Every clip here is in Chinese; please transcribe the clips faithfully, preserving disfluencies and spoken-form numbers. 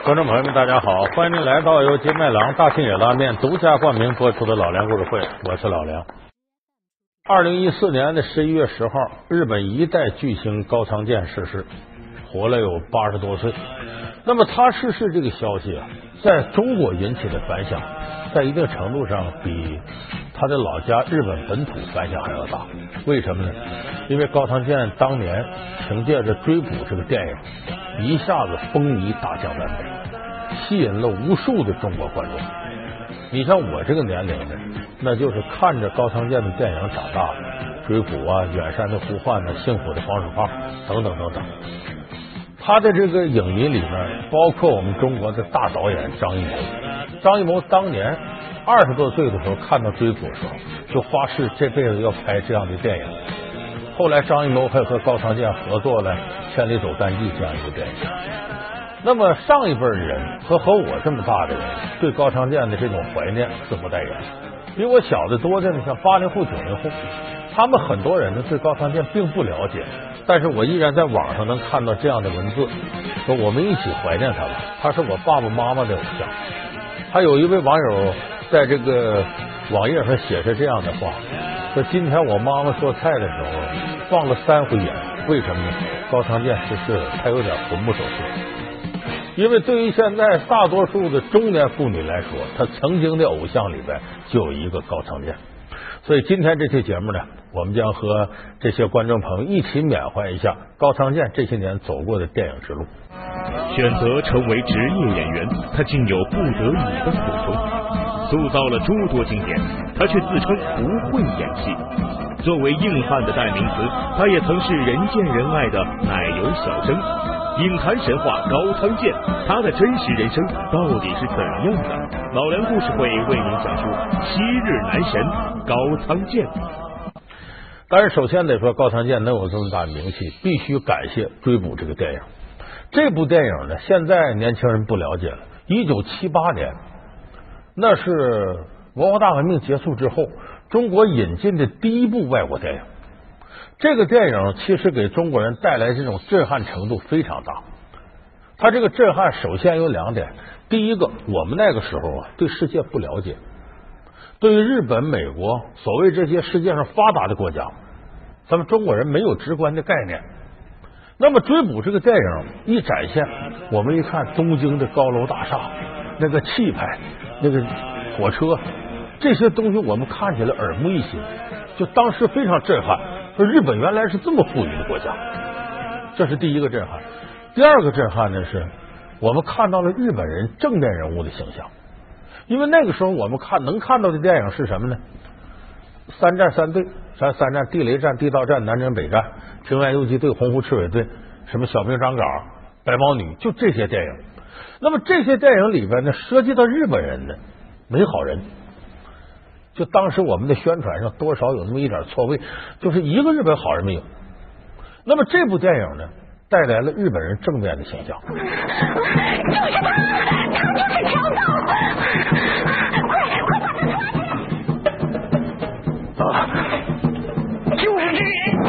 观众朋友们，大家好，欢迎您来到由金麦郎大庆野拉面独家冠名播出的老梁故事会，我是老梁。二零一四年的十一月十号，日本一代巨星高仓健逝世，活了有八十多岁。那么他逝世这个消息啊，在中国引起的反响，在一定程度上比他的老家日本本土反响还要大。为什么呢？因为高仓健当年凭借着《追捕》这个电影，一下子风靡大江南北，吸引了无数的中国观众。你像我这个年龄的，那就是看着高仓健的电影长大的，《追捕》啊，《远山的呼唤》啊，《幸福的黄鼠胖》等等等等。他的这个影迷里面，包括我们中国的大导演张艺谋。张艺谋当年二十多岁的时候看到《追捕》的时候，就发誓这辈子要拍这样的电影。后来张艺谋还和高仓健合作了《千里走单骑》这样一个电影。那么上一辈的人和和我这么大的人对高仓健的这种怀念自不待言。比我小的多的呢，像八零后、九零后，他们很多人呢对高仓健并不了解，但是我依然在网上能看到这样的文字，说我们一起怀念他吧，他是我爸爸妈妈的偶像。还有一位网友在这个网页上写着这样的话，说今天我妈妈做菜的时候放了三回盐，为什么呢？高仓健逝世了，他有点魂不守舍。因为对于现在大多数的中年妇女来说，她曾经的偶像里边就有一个高仓健。所以今天这期节目呢，我们将和这些观众朋友一起缅怀一下高仓健这些年走过的电影之路。 选择成为职业演员，他竟有不得已的苦衷。塑造了诸多经典，他却自称不会演戏。作为硬汉的代名词，他也曾是人见人爱的奶油小生。影坛神话高仓健，他的真实人生到底是怎样的？老梁故事会为您讲述昔日男神高仓健。 但是首先得说，高仓健能有这么大名气，必须感谢《追捕》这个电影。这部电影呢，现在年轻人不了解了。一九七八年，那是文化大革命结束之后，中国引进的第一部外国电影。这个电影其实给中国人带来这种震撼程度非常大。它这个震撼首先有两点，第一个，我们那个时候啊对世界不了解，对于日本、美国所谓这些世界上发达的国家，咱们中国人没有直观的概念。那么《追捕》这个电影一展现，我们一看东京的高楼大厦，那个气派，那个火车，这些东西我们看起来耳目一新，就当时非常震撼。说日本原来是这么富裕的国家，这是第一个震撼。第二个震撼呢，是我们看到了日本人正面人物的形象。因为那个时候我们看能看到的电影是什么呢？三战三队，三三战，地雷战、地道战、南征北战、平原游击队、洪湖赤尾队，什么小兵张嘎、白毛女，就这些电影。那么这些电影里边呢，涉及到日本人呢，没好人。就当时我们的宣传上多少有那么一点错位，就是一个日本好人没有。那么这部电影呢，带来了日本人正面的形象。 就是他，他就是强盗！快快把他抓起来！啊，就是这人，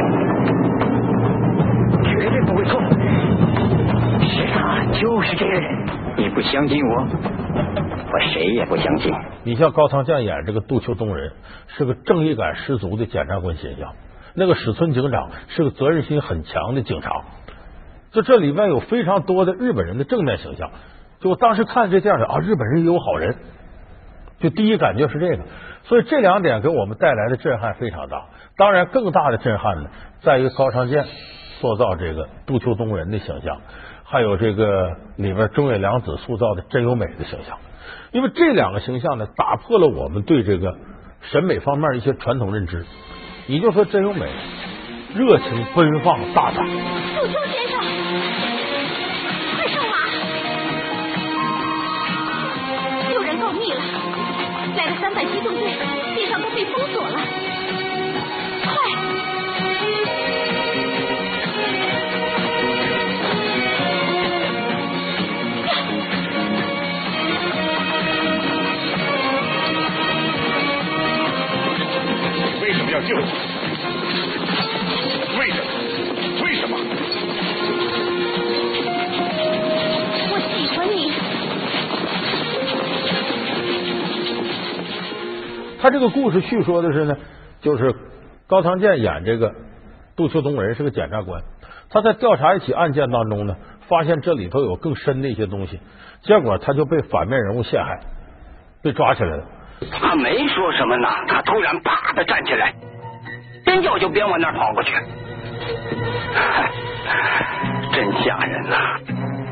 绝对不会错。是他，就是这个人。你不相信我？我谁也不相信。 你像高仓健演这个杜秋东人，是个正义感十足的检察官形象；那个史村警长是个责任心很强的警察。就这里面有非常多的日本人的正面形象。就我当时看这电影啊，日本人也有好人，就第一感觉是这个。所以这两点给我们带来的震撼非常大。当然，更大的震撼呢，在于高仓健塑造这个杜秋东人的形象，还有这个里面中野良子塑造的真由美的形象。因为这两个形象呢，打破了我们对这个审美方面一些传统认知。你就说真由美，热情奔放大胆。 杜秋先生，快上马！有人告密了，来了三百机动队，地上都被封锁了。快！ 为什么要救我？为什么？为什么？ 我喜欢你。 他这个故事叙说的是呢，就是高仓健演这个杜秋东人是个检察官，他在调查一起案件当中呢，发现这里头有更深的一些东西，结果他就被反面人物陷害，被抓起来了。 他没说什么呢，他突然啪的站起来，边叫就边往那儿跑过去，真吓人呐、啊！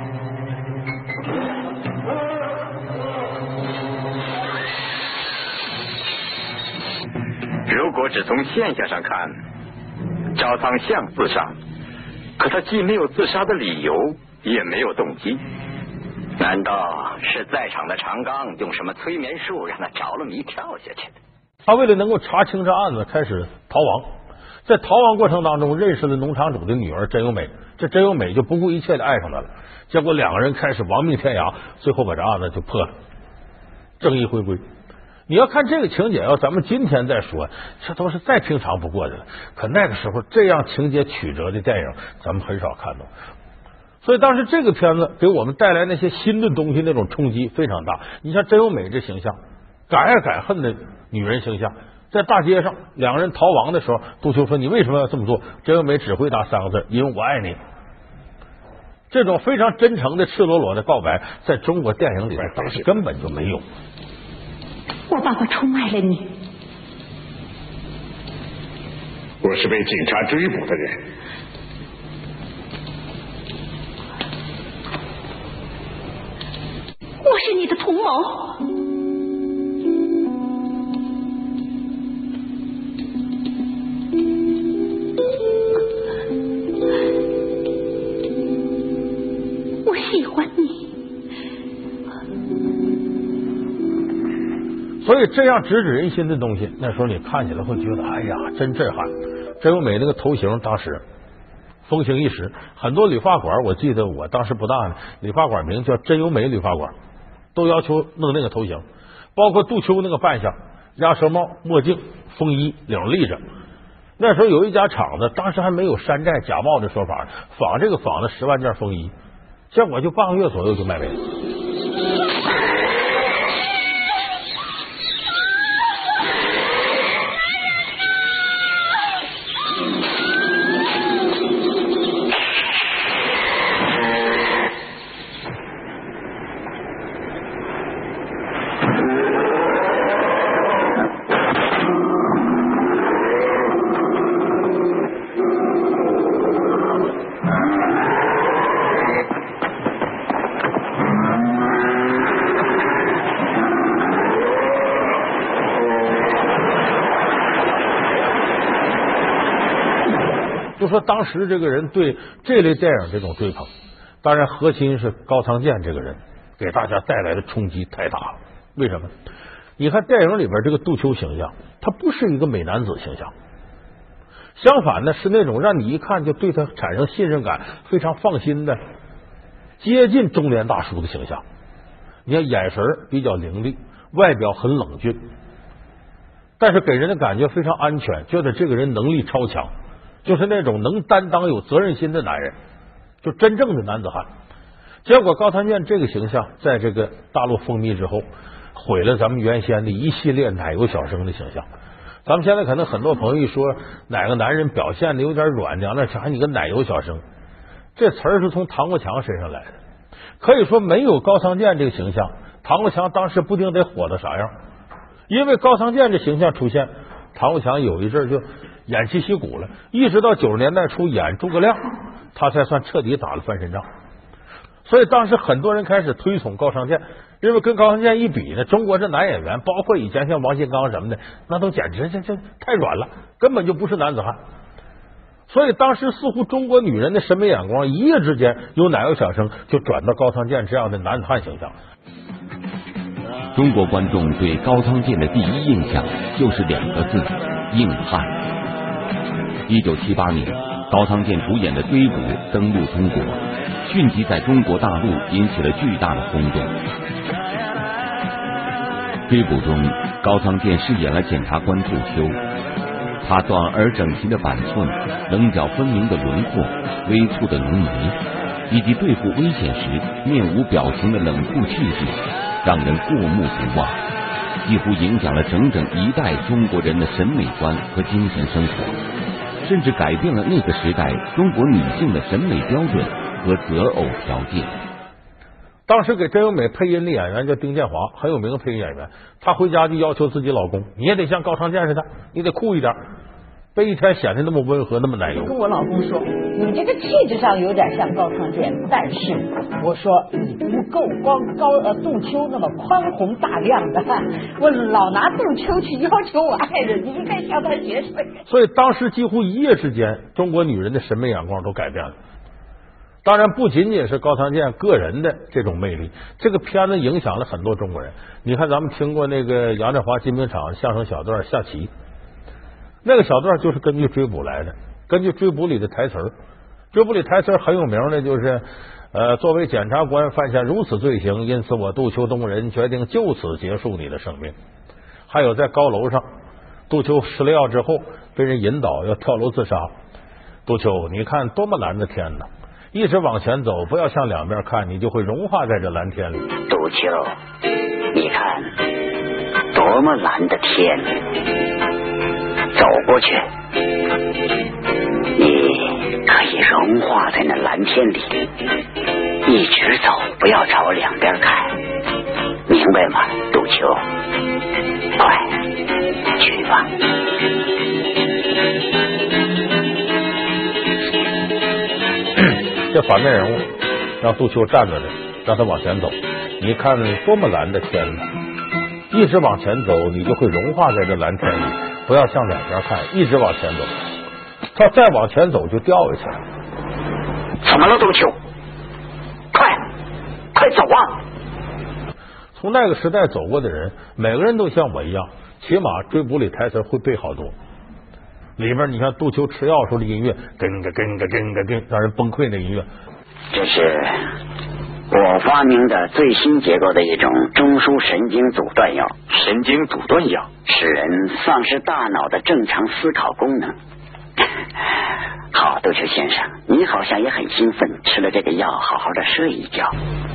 如果只从现象上看，赵仓像自杀，可他既没有自杀的理由，也没有动机。 难道是在场的长冈用什么催眠术让他着了迷跳下去的？ 他为了能够查清这案子，开始逃亡。在逃亡过程当中，认识了农场主的女儿真由美，这真由美就不顾一切的爱上他了。结果两个人开始亡命天涯，最后把这案子就破了，正义回归。你要看这个情节，要咱们今天再说，这都是再平常不过的了。可那个时候这样情节曲折的电影，咱们很少看到。所以当时这个片子给我们带来那些新的东西，那种冲击非常大。你像真由美这形象，敢爱敢恨的女人形象，在大街上两个人逃亡的时候，杜秋说：“你为什么要这么做？”真由美只回答三个字：“因为我爱你。”这种非常真诚的、赤裸裸的告白，在中国电影里边当时根本就没有。 我爸爸宠爱了你。 我是被警察追捕的人。 我是你的同谋。我喜欢你。 所以这样直指人心的东西，那时候你看起来会觉得哎呀真震撼。真由美那个头型当时风行一时，很多理发馆，我记得我当时不大呢，理发馆名叫真由美理发馆，都要求弄那个头型，包括杜秋那个扮相，鸭舌帽、墨镜、风衣，领立着。那时候有一家厂子，当时还没有山寨假冒的说法，仿这个仿了十万件风衣，结果就半个月左右就卖没了。就说当时这个人对这类电影这种追捧，当然核心是高仓健这个人给大家带来的冲击太大了。为什么？你看电影里边这个杜秋形象，他不是一个美男子形象，相反呢是那种让你一看就对他产生信任感、非常放心的接近中年大叔的形象。你看眼神比较凌厉，外表很冷峻，但是给人的感觉非常安全，觉得这个人能力超强，就是那种能担当、有责任心的男人，就真正的男子汉。结果高仓健这个形象在这个大陆风靡之后，毁了咱们原先的一系列奶油小生的形象。咱们现在可能很多朋友一说哪个男人表现的有点软娘，那想你个奶油小生，这词儿是从唐国强身上来的。可以说没有高仓健这个形象，唐国强当时不定得火到啥样。因为高仓健这形象出现，唐国强有一阵就偃旗息鼓了，一直到九十年代初演诸葛亮，他才算彻底打了翻身仗。所以当时很多人开始推崇高仓健，因为跟高仓健一比呢，中国这男演员，包括以前像王新刚什么的，那都简直这这太软了，根本就不是男子汉。所以当时似乎中国女人的审美眼光一夜之间由奶油小生就转到高仓健这样的男子汉形象。 中国观众对高仓健的第一印象就是两个字：硬汉。一九七八年，高仓健主演的《追捕》登陆中国，迅即在中国大陆引起了巨大的轰动。《追捕》中，高仓健饰演了检察官杜秋，他短而整齐的板寸、棱角分明的轮廓、微蹙的浓眉，以及对付危险时面无表情的冷酷气质，让人过目不忘。 几乎影响了整整一代中国人的审美观和精神生活，甚至改变了那个时代中国女性的审美标准和择偶条件。 当时给真由美配音的演员叫丁建华，很有名的配音演员。他回家就要求自己老公，你也得像高仓健似的，你得酷一点，别一天显得那么温和，那么奶油。 跟我老公说，你这个气质上有点像高仓健，但是我说你不够光高呃杜秋那么宽宏大量的，我老拿杜秋去要求我爱人，你应该向他学学。 所以当时几乎一夜之间，中国女人的审美眼光都改变了。当然不仅仅是高仓健个人的这种魅力，这个片子影响了很多中国人。你看咱们听过那个杨振华金饼厂相声小段下棋，那个小段就是根据追捕来的，根据追捕里的台词儿。追捕里台词很有名的就是呃，作为检察官犯下如此罪行，因此我杜秋东人决定就此结束你的生命。还有在高楼上，杜秋失了药之后被人引导要跳楼自杀，杜秋你看多么蓝的天哪，一直往前走，不要向两边看，你就会融化在这蓝天里。 杜秋，你看多么蓝的天，走过去，你可以融化在那蓝天里，一直走，不要朝两边看，明白吗，杜秋？快去吧。 这反面人物让杜秋站着的，让他往前走。你看多么蓝的天呢！一直往前走，你就会融化在这蓝天里。不要向两边看，一直往前走。他再往前走就掉下去了。 怎么了，杜秋？快，快走啊！ 从那个时代走过的人，每个人都像我一样，起码追捕里台词会背好多。里边你像杜秋吃药时候的音乐，跟个跟个跟个跟，让人崩溃的音乐。 这是我发明的最新结构的一种中枢神经阻断药。 神经阻断药使人丧失大脑的正常思考功能。好，杜秋先生，你好像也很兴奋，吃了这个药，好好的睡一觉。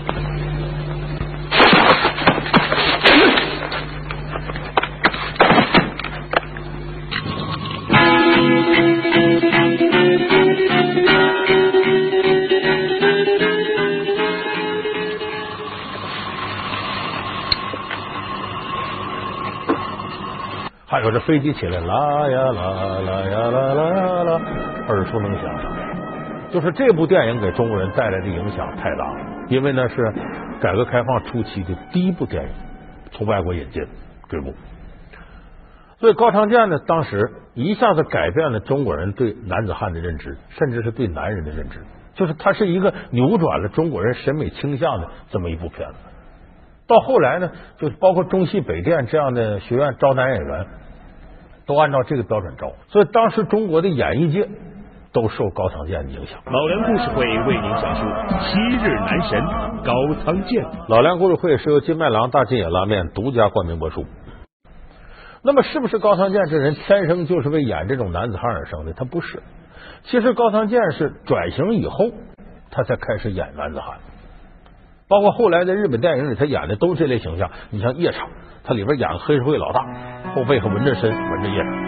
还有这飞机起来，啦呀啦啦呀啦啦呀啦，耳熟能详。就是这部电影给中国人带来的影响太大了，因为呢是改革开放初期的第一部电影，从外国引进追捕。所以高仓健呢，当时一下子改变了中国人对男子汉的认知，甚至是对男人的认知，就是它是一个扭转了中国人审美倾向的这么一部片子。到后来呢，就是包括中戏北电这样的学院招男演员，都按照这个标准招，所以当时中国的演艺界都受高仓健的影响。 老梁故事会为您讲述昔日男神高仓健。 老梁故事会是由金麦郎大金野拉面独家冠名播出。那么是不是高仓健这人天生就是为演这种男子汉而生的？他不是，其实高仓健是转型以后他才开始演男子汉，包括后来在日本电影里他演的都是这类形象。你像夜场，他里边演黑社会老大，后背还纹着身纹着夜场。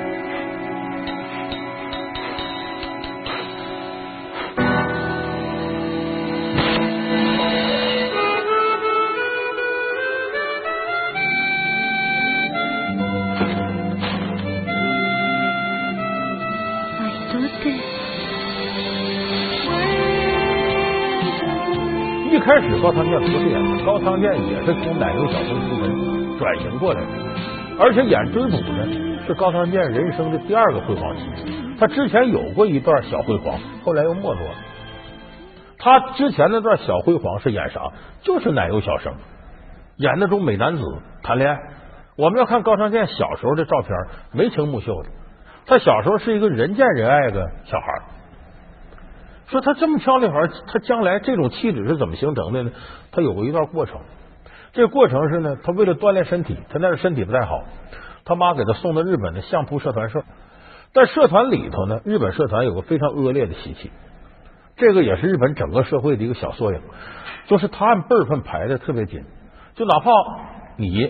一开始高仓健不是演的，高仓健也是从奶油小生出身转型过来的，而且演追捕呢是高仓健人生的第二个辉煌期。他之前有过一段小辉煌，后来又没落了。他之前那段小辉煌是演啥？就是奶油小生，演那种美男子谈恋爱。我们要看高仓健小时候的照片，眉清目秀的，他小时候是一个人见人爱的小孩。说他这么漂亮，他将来这种气质是怎么形成的呢？他有过一段过程，这个过程是呢，他为了锻炼身体，他那时身体不太好，他妈给他送到日本的相扑社团社，但社团里头呢，日本社团有个非常恶劣的习气，这个也是日本整个社会的一个小缩影，就是他按辈分排的特别紧，就哪怕你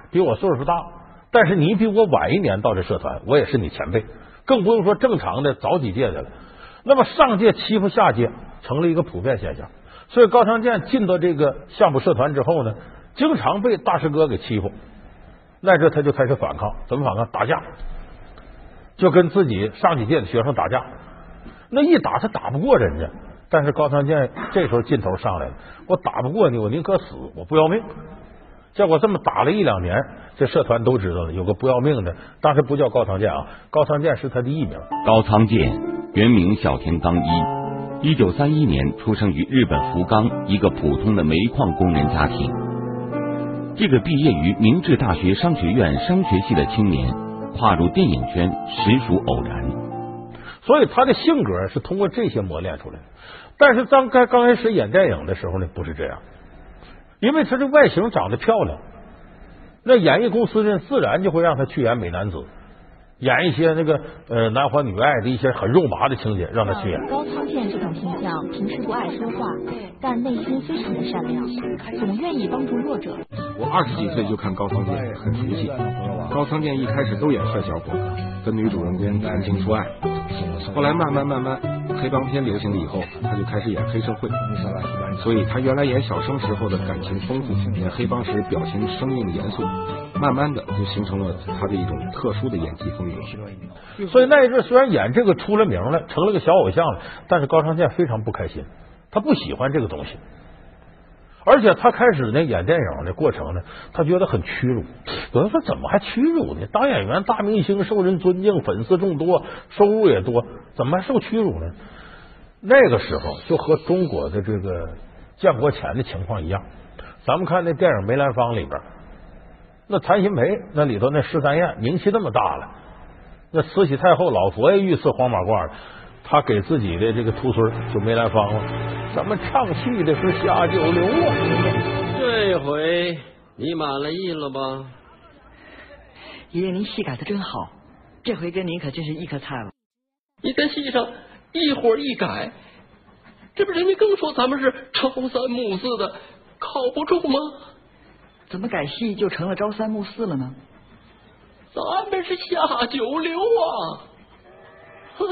比我岁数大，但是你比我晚一年到这社团，我也是你前辈，更不用说正常的早几届的了。那么上届欺负下届成了一个普遍现象，所以高仓健进到这个相扑社团之后呢，经常被大师哥给欺负，那这他就开始反抗。怎么反抗？打架，就跟自己上几届的学生打架。那一打他打不过人家，但是高仓健这时候劲头上来了，我打不过你，我宁可死，我不要命。结果这么打了一两年，这社团都知道了，有个不要命的，当时不叫高仓健啊，高仓健是他的艺名。 高仓健原名小田刚一，一九三一年出生于日本福冈一个普通的煤矿工人家庭。这个毕业于明治大学商学院商学系的青年，跨入电影圈实属偶然。 所以他的性格是通过这些磨练出来的。但是当刚刚开始演电影的时候呢，不是这样，因为他这外形长得漂亮，那演艺公司呢自然就会让他去演美男子，演一些那个呃男欢女爱的一些很肉麻的情节，让他去演。 高仓健这种形象，平时不爱说话，但内心非常的善良，总愿意帮助弱者。 我二十几岁就看高仓健，很熟悉。高仓健一开始都演帅小伙，跟女主人公谈情说爱，后来慢慢慢慢黑帮片流行了以后，他就开始演黑社会，所以他原来演小生时候的感情丰富，演黑帮时表情生硬严肃，慢慢的就形成了他的一种特殊的演技风格。 所以那一阵虽然演这个出了名了，成了个小偶像了，但是高仓健非常不开心，他不喜欢这个东西。而且他开始呢演电影的过程呢，他觉得很屈辱。有人说怎么还屈辱呢？当演员大明星受人尊敬，粉丝众多，收入也多，怎么还受屈辱呢？那个时候就和中国的这个建国前的情况一样。咱们看那电影《梅兰芳》里边，那谭鑫培那里头那十三燕名气那么大了，那慈禧太后老佛爷御赐黄马褂的，他给自己的这个徒孙就梅兰芳了，咱们唱戏的是下九流啊。 这回你满了意了吧？ 爷爷您戏改的真好，这回跟您可真是一颗菜了。 你在戏上一会儿一改，这不人家更说咱们是朝三暮四的，靠不住吗？ 怎么改戏就成了朝三暮四了呢？ 咱们是下九流啊！啊！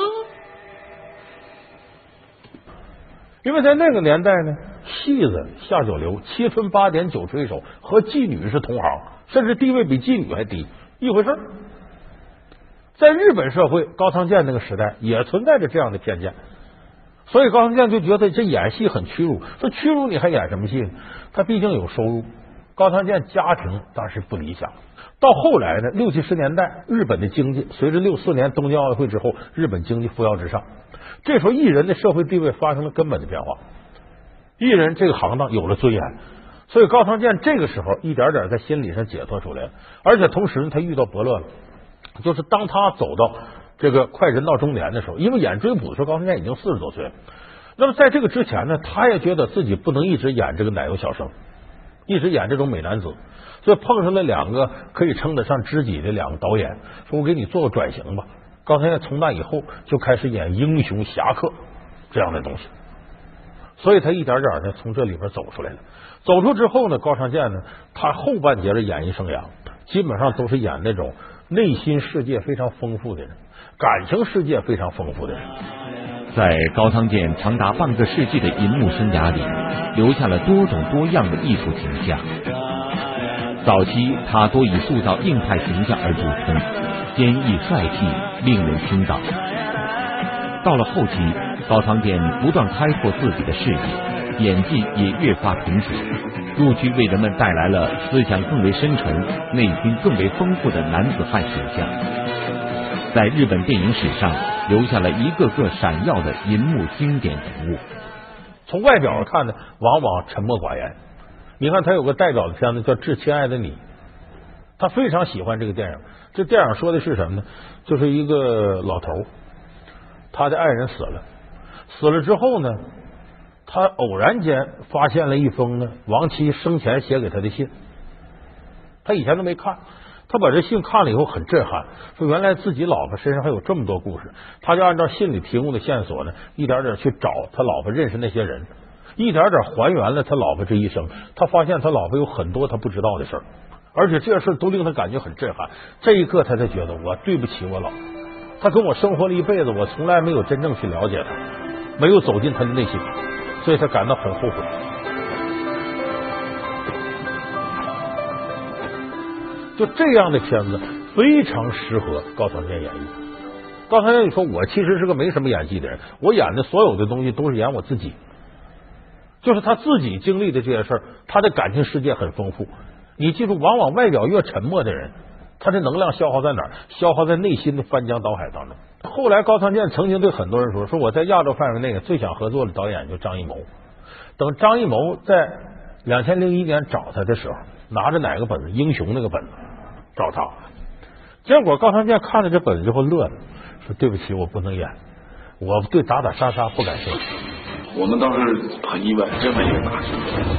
因为在那个年代呢，戏子下九流，七分八点九吹手，和妓女是同行，甚至地位比妓女还低，一回事。在日本社会，高仓健那个时代也存在着这样的偏见，所以高仓健就觉得这演戏很屈辱。说屈辱你还演什么戏呢？他毕竟有收入。高仓健家庭当时不理想，到后来呢，六七十年代，日本的经济随着六四年东京奥运会之后，日本经济扶摇直上。这时候艺人的社会地位发生了根本的变化，艺人这个行当有了尊严，所以高仓健这个时候一点点在心理上解脱出来了。而且同时呢，他遇到伯乐了，就是当他走到这个快人到中年的时候，因为演追捕的时候高仓健已经四十多岁了，那么在这个之前呢，他也觉得自己不能一直演这个奶油小生，一直演这种美男子，所以碰上了两个可以称得上知己的两个导演，说我给你做个转型吧。高仓健从那以后就开始演英雄侠客这样的东西，所以他一点点的从这里边走出来了。走出之后呢，高仓健呢，他后半截的演艺生涯基本上都是演那种内心世界非常丰富的人，感情世界非常丰富的人。 在高仓健长达半个世纪的银幕生涯里，留下了多种多样的艺术形象。早期他多以塑造硬派形象而著称，坚毅帅气，令人倾倒。到了后期，高仓健不断开拓自己的视野，演技也越发成熟，陆续为人们带来了思想更为深沉、内心更为丰富的男子汉形象，在日本电影史上留下了一个个闪耀的银幕经典人物。 从外表看呢，往往沉默寡言。你看他有个代表的片子叫《致亲爱的你》，他非常喜欢这个电影。这电影说的是什么呢？就是一个老头，他的爱人死了，死了之后呢，他偶然间发现了一封呢亡妻生前写给他的信，他以前都没看。他把这信看了以后很震撼，说原来自己老婆身上还有这么多故事。他就按照信里提供的线索呢，一点点去找他老婆认识那些人，一点点还原了他老婆这一生。他发现他老婆有很多他不知道的事儿， 而且这些事都令他感觉很震撼。这一刻他才觉得我对不起我老婆，他跟我生活了一辈子，我从来没有真正去了解他，没有走进他的内心，所以他感到很后悔。就这样的片子非常适合高仓健演绎。高仓健你说我其实是个没什么演技的人，我演的所有的东西都是演我自己，就是他自己经历的这些事儿，他的感情世界很丰富。你记住，往往外表越沉默的人，他的能量消耗在哪儿？消耗在内心的翻江倒海当中。后来高仓健曾经对很多人说，说我在亚洲范围内最想合作的导演就张艺谋。等张艺谋在两千零一年找他的时候，拿着哪个本子？英雄那个本子找他。结果高仓健看了这本子之后乐了，说对不起，我不能演，我对打打杀杀不感兴趣。 我们当时很意外，这么一个大制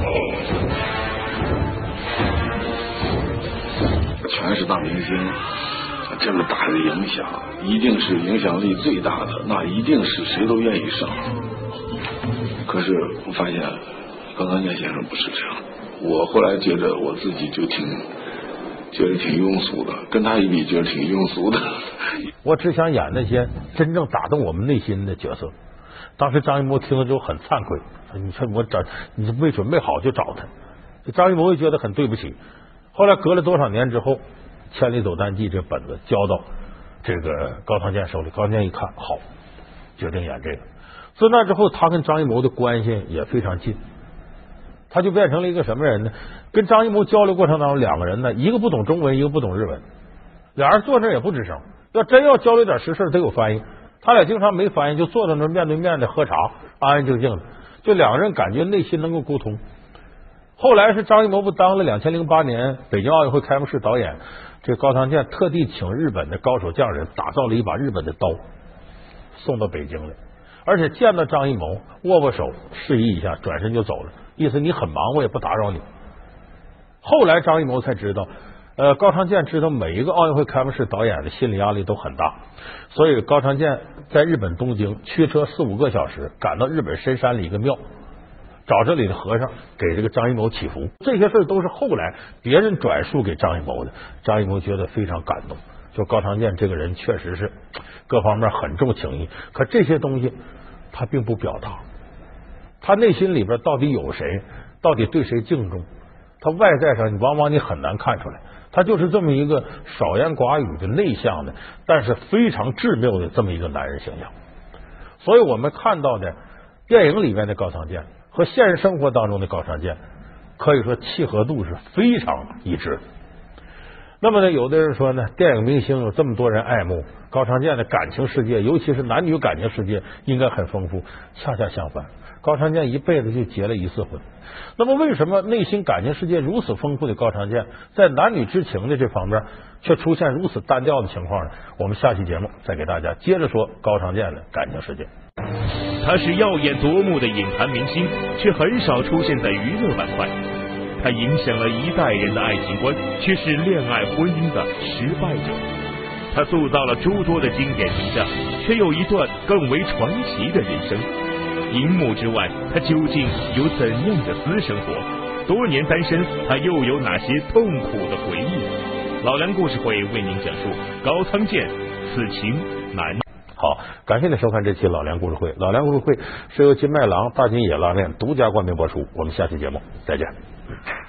作，全是大明星，这么大的影响，一定是影响力最大的，那一定是谁都愿意上。可是我发现高仓健先生不是这样，我后来觉得我自己就挺觉得挺庸俗的，跟他一比觉得挺庸俗的。 我只想演那些真正打动我们内心的角色。当时张艺谋听了之后很惭愧，说你说我找你没准备好就找他，张艺谋也觉得很对不起。后来隔了多少年之后，《千里走单骑》这本子交到这个高仓健手里，高仓健一看好，决定演这个。自那之后，他跟张艺谋的关系也非常近，他就变成了一个什么人呢？跟张艺谋交流过程当中，两个人呢，一个不懂中文，一个不懂日文，俩人坐那也不吱声。要真要交流点实事，得有翻译。他俩经常没翻译，就坐在那面对面的喝茶，安安静静的，就两个人感觉内心能够沟通。后来是张艺谋不当了两千零八年北京奥运会开幕式导演，这高仓健特地请日本的高手匠人打造了一把日本的刀，送到北京来，而且见到张艺谋握握手示意一下，转身就走了，意思你很忙，我也不打扰你。后来张艺谋才知道，呃，高仓健知道每一个奥运会开幕式导演的心理压力都很大，所以高仓健在日本东京驱车四五个小时赶到日本深山里一个庙，找这里的和尚给这个张艺谋祈福。这些事都是后来别人转述给张艺谋的，张艺谋觉得非常感动，就高仓健这个人确实是各方面很重情义，可这些东西他并不表达，他内心里边到底有谁，到底对谁敬重，他外在上往往你很难看出来。他就是这么一个少言寡语的内向的，但是非常智妙的这么一个男人形象。所以我们看到的电影里面的高仓健和现实生活当中的高仓健，可以说契合度是非常一致的。那么呢，有的人说呢，电影明星有这么多人爱慕，高仓健的感情世界，尤其是男女感情世界应该很丰富。恰恰相反，高仓健一辈子就结了一次婚。那么为什么内心感情世界如此丰富的高仓健，在男女之情的这方面却出现如此单调的情况呢？我们下期节目再给大家接着说高仓健的感情世界。 他是耀眼夺目的影坛明星，却很少出现在娱乐板块。他影响了一代人的爱情观，却是恋爱婚姻的失败者。他塑造了诸多的经典形象，却有一段更为传奇的人生。荧幕之外，他究竟有怎样的私生活？多年单身，他又有哪些痛苦的回忆？老梁故事会为您讲述高仓健此情难。 好，感谢您收看这期老梁故事会。老梁故事会是由金麦郎大金野拉面独家冠名播出。我们下期节目再见。